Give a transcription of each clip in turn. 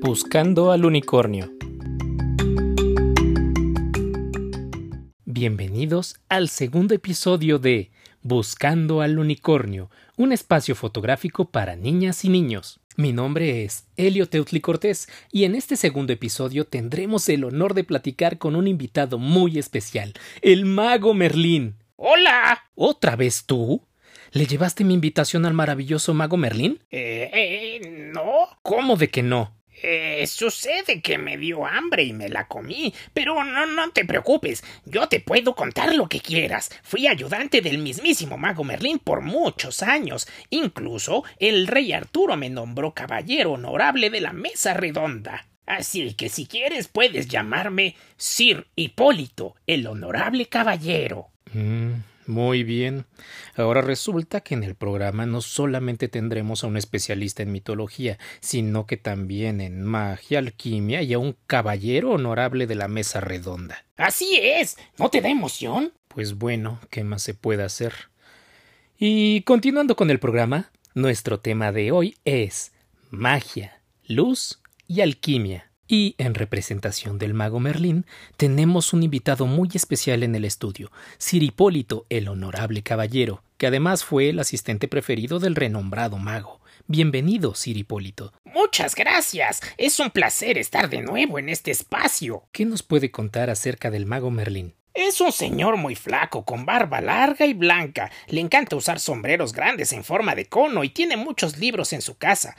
Buscando al unicornio. Bienvenidos al segundo episodio de Buscando al unicornio, un espacio fotográfico para niñas y niños. Mi nombre es Elio Teutli Cortés y en este segundo episodio tendremos el honor de platicar con un invitado muy especial, el mago Merlín. ¡Hola! ¿Otra vez tú? ¿Le llevaste mi invitación al maravilloso mago Merlín? No. ¿Cómo de que no? Sucede que me dio hambre y me la comí, pero no te preocupes, yo te puedo contar lo que quieras. Fui ayudante del mismísimo mago Merlín por muchos años. Incluso el rey Arturo me nombró caballero honorable de la mesa redonda. Así que si quieres puedes llamarme Sir Hipólito, el honorable caballero. Muy bien. Ahora resulta que en el programa no solamente tendremos a un especialista en mitología, sino que también en magia, alquimia y a un caballero honorable de la mesa redonda. Así es. ¿No te da emoción? Pues bueno, ¿qué más se puede hacer? Y continuando con el programa, nuestro tema de hoy es magia, luz y alquimia. Y en representación del mago Merlín, tenemos un invitado muy especial en el estudio, Sir Hipólito, el honorable caballero, que además fue el asistente preferido del renombrado mago. Bienvenido, Sir Hipólito. Muchas gracias. Es un placer estar de nuevo en este espacio. ¿Qué nos puede contar acerca del mago Merlín? Es un señor muy flaco, con barba larga y blanca. Le encanta usar sombreros grandes en forma de cono y tiene muchos libros en su casa.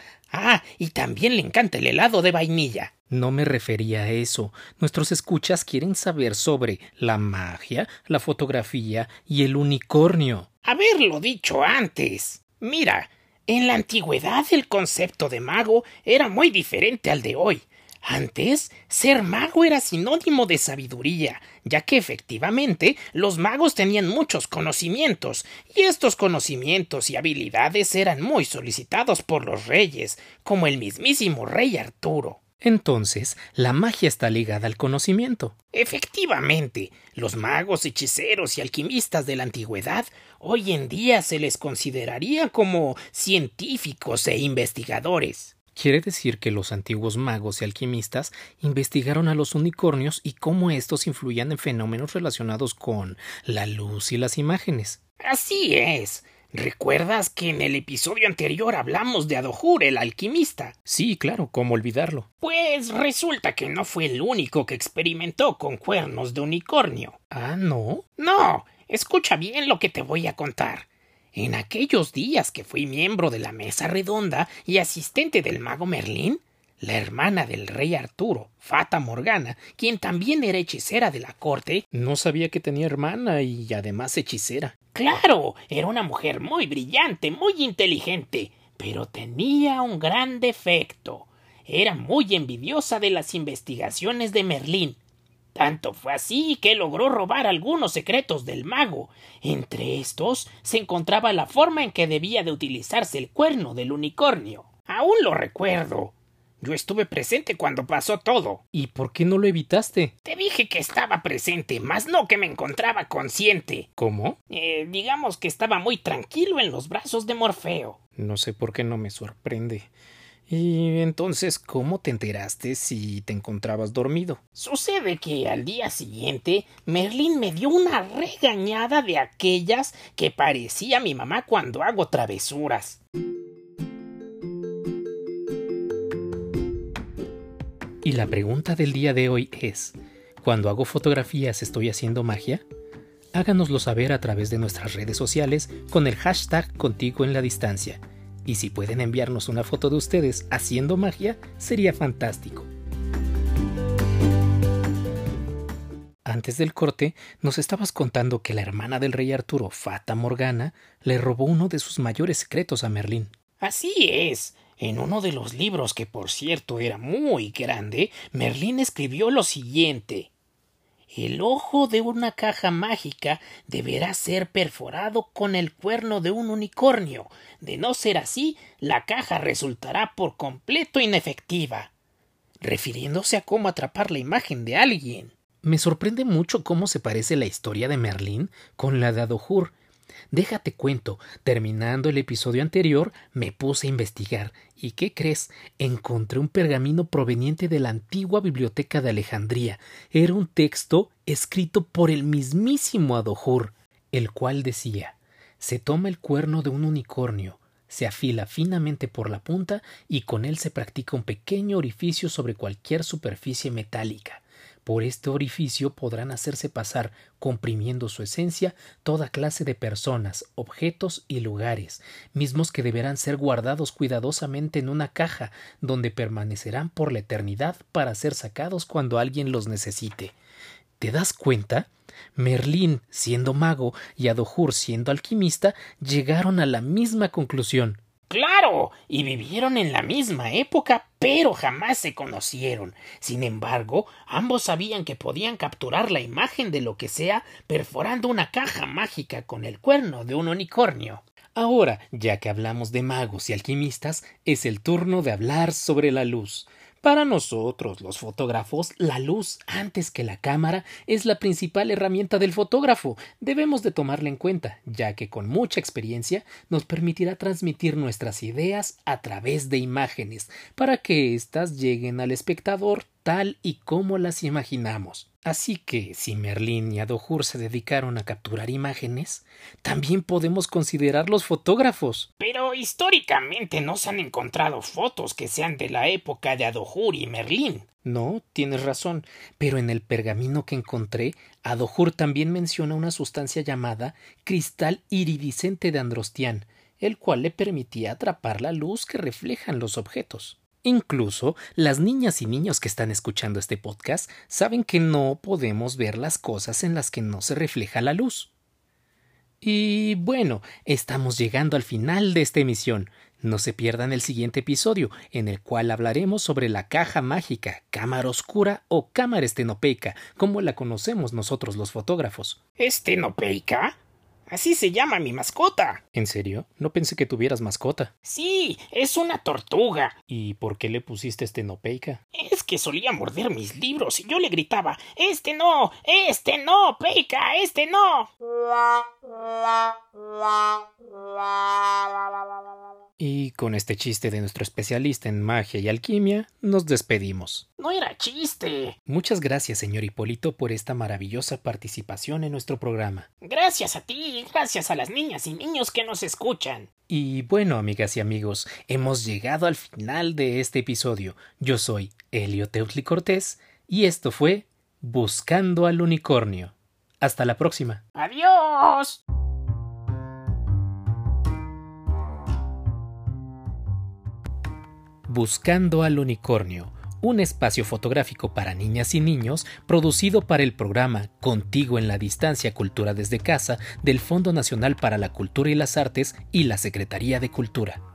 Y también le encanta el helado de vainilla. No me refería a eso. Nuestros escuchas quieren saber sobre la magia, la fotografía y el unicornio. Haberlo dicho antes. Mira, en la antigüedad el concepto de mago era muy diferente al de hoy. Antes, ser mago era sinónimo de sabiduría, ya que efectivamente los magos tenían muchos conocimientos, y estos conocimientos y habilidades eran muy solicitados por los reyes, como el mismísimo rey Arturo. Entonces, la magia está ligada al conocimiento. Efectivamente, los magos, hechiceros y alquimistas de la antigüedad hoy en día se les consideraría como científicos e investigadores. Quiere decir que los antiguos magos y alquimistas investigaron a los unicornios y cómo estos influían en fenómenos relacionados con la luz y las imágenes. Así es. ¿Recuerdas que en el episodio anterior hablamos de Adohur, el alquimista? Sí, claro, ¿cómo olvidarlo? Pues resulta que no fue el único que experimentó con cuernos de unicornio. ¿Ah, no? No, escucha bien lo que te voy a contar. En aquellos días que fui miembro de la mesa redonda y asistente del mago Merlín, la hermana del rey Arturo, Fata Morgana, quien también era hechicera de la corte. No sabía que tenía hermana y además hechicera. Claro, era una mujer muy brillante, muy inteligente, pero tenía un gran defecto. Era muy envidiosa de las investigaciones de Merlín. Tanto fue así que logró robar algunos secretos del mago. Entre estos se encontraba la forma en que debía de utilizarse el cuerno del unicornio. Aún lo recuerdo. Yo estuve presente cuando pasó todo. ¿Y por qué no lo evitaste? Te dije que estaba presente, mas no que me encontraba consciente. ¿Cómo? Digamos que estaba muy tranquilo en los brazos de Morfeo. No sé por qué no me sorprende. Y entonces, ¿cómo te enteraste si te encontrabas dormido? Sucede que al día siguiente Merlín me dio una regañada de aquellas que parecía mi mamá cuando hago travesuras. Y la pregunta del día de hoy es, ¿cuando hago fotografías estoy haciendo magia? Háganoslo saber a través de nuestras redes sociales con el hashtag Contigo en la Distancia. Y si pueden enviarnos una foto de ustedes haciendo magia, sería fantástico. Antes del corte, nos estabas contando que la hermana del rey Arturo, Fata Morgana, le robó uno de sus mayores secretos a Merlín. Así es. En uno de los libros, que por cierto era muy grande, Merlín escribió lo siguiente: el ojo de una caja mágica deberá ser perforado con el cuerno de un unicornio. De no ser así, la caja resultará por completo inefectiva. Refiriéndose a cómo atrapar la imagen de alguien. Me sorprende mucho cómo se parece la historia de Merlín con la de Adohur. Déjate cuento, terminando el episodio anterior, me puse a investigar. ¿Y qué crees? Encontré un pergamino proveniente de la antigua biblioteca de Alejandría. Era un texto escrito por el mismísimo Adohur, el cual decía: se toma el cuerno de un unicornio, se afila finamente por la punta y con él se practica un pequeño orificio sobre cualquier superficie metálica. Por este orificio podrán hacerse pasar, comprimiendo su esencia, toda clase de personas, objetos y lugares, mismos que deberán ser guardados cuidadosamente en una caja, donde permanecerán por la eternidad para ser sacados cuando alguien los necesite. ¿Te das cuenta? Merlín, siendo mago, y Adohur, siendo alquimista, llegaron a la misma conclusión. ¡Claro! Y vivieron en la misma época, pero jamás se conocieron. Sin embargo, ambos sabían que podían capturar la imagen de lo que sea perforando una caja mágica con el cuerno de un unicornio. Ahora, ya que hablamos de magos y alquimistas, es el turno de hablar sobre la luz. Para nosotros, los fotógrafos, la luz, antes que la cámara, es la principal herramienta del fotógrafo. Debemos de tomarla en cuenta, ya que con mucha experiencia nos permitirá transmitir nuestras ideas a través de imágenes, para que éstas lleguen al espectador tal y como las imaginamos. Así que, si Merlín y Adohur se dedicaron a capturar imágenes, también podemos considerarlos fotógrafos. Pero históricamente no se han encontrado fotos que sean de la época de Adohur y Merlín. No, tienes razón, pero en el pergamino que encontré, Adohur también menciona una sustancia llamada cristal iridiscente de Androstián, el cual le permitía atrapar la luz que reflejan los objetos. Incluso las niñas y niños que están escuchando este podcast saben que no podemos ver las cosas en las que no se refleja la luz. Y bueno, estamos llegando al final de esta emisión. No se pierdan el siguiente episodio, en el cual hablaremos sobre la caja mágica, cámara oscura o cámara estenopeica, como la conocemos nosotros los fotógrafos. ¿Estenopeica? Así se llama mi mascota. ¿En serio? No pensé que tuvieras mascota. Sí, es una tortuga. ¿Y por qué le pusiste estenopeica? Es que solía morder mis libros y yo le gritaba: ¡este no! ¡Peica! ¡Este no! Y con este chiste de nuestro especialista en magia y alquimia, nos despedimos. No era chiste. Muchas gracias, señor Hipólito, por esta maravillosa participación en nuestro programa. Gracias a ti y gracias a las niñas y niños que nos escuchan. Y bueno, amigas y amigos, hemos llegado al final de este episodio. Yo soy Elio Teutli Cortés y esto fue Buscando al Unicornio. Hasta la próxima. ¡Adiós! Buscando al Unicornio, un espacio fotográfico para niñas y niños producido para el programa Contigo en la Distancia Cultura desde Casa del Fondo Nacional para la Cultura y las Artes y la Secretaría de Cultura.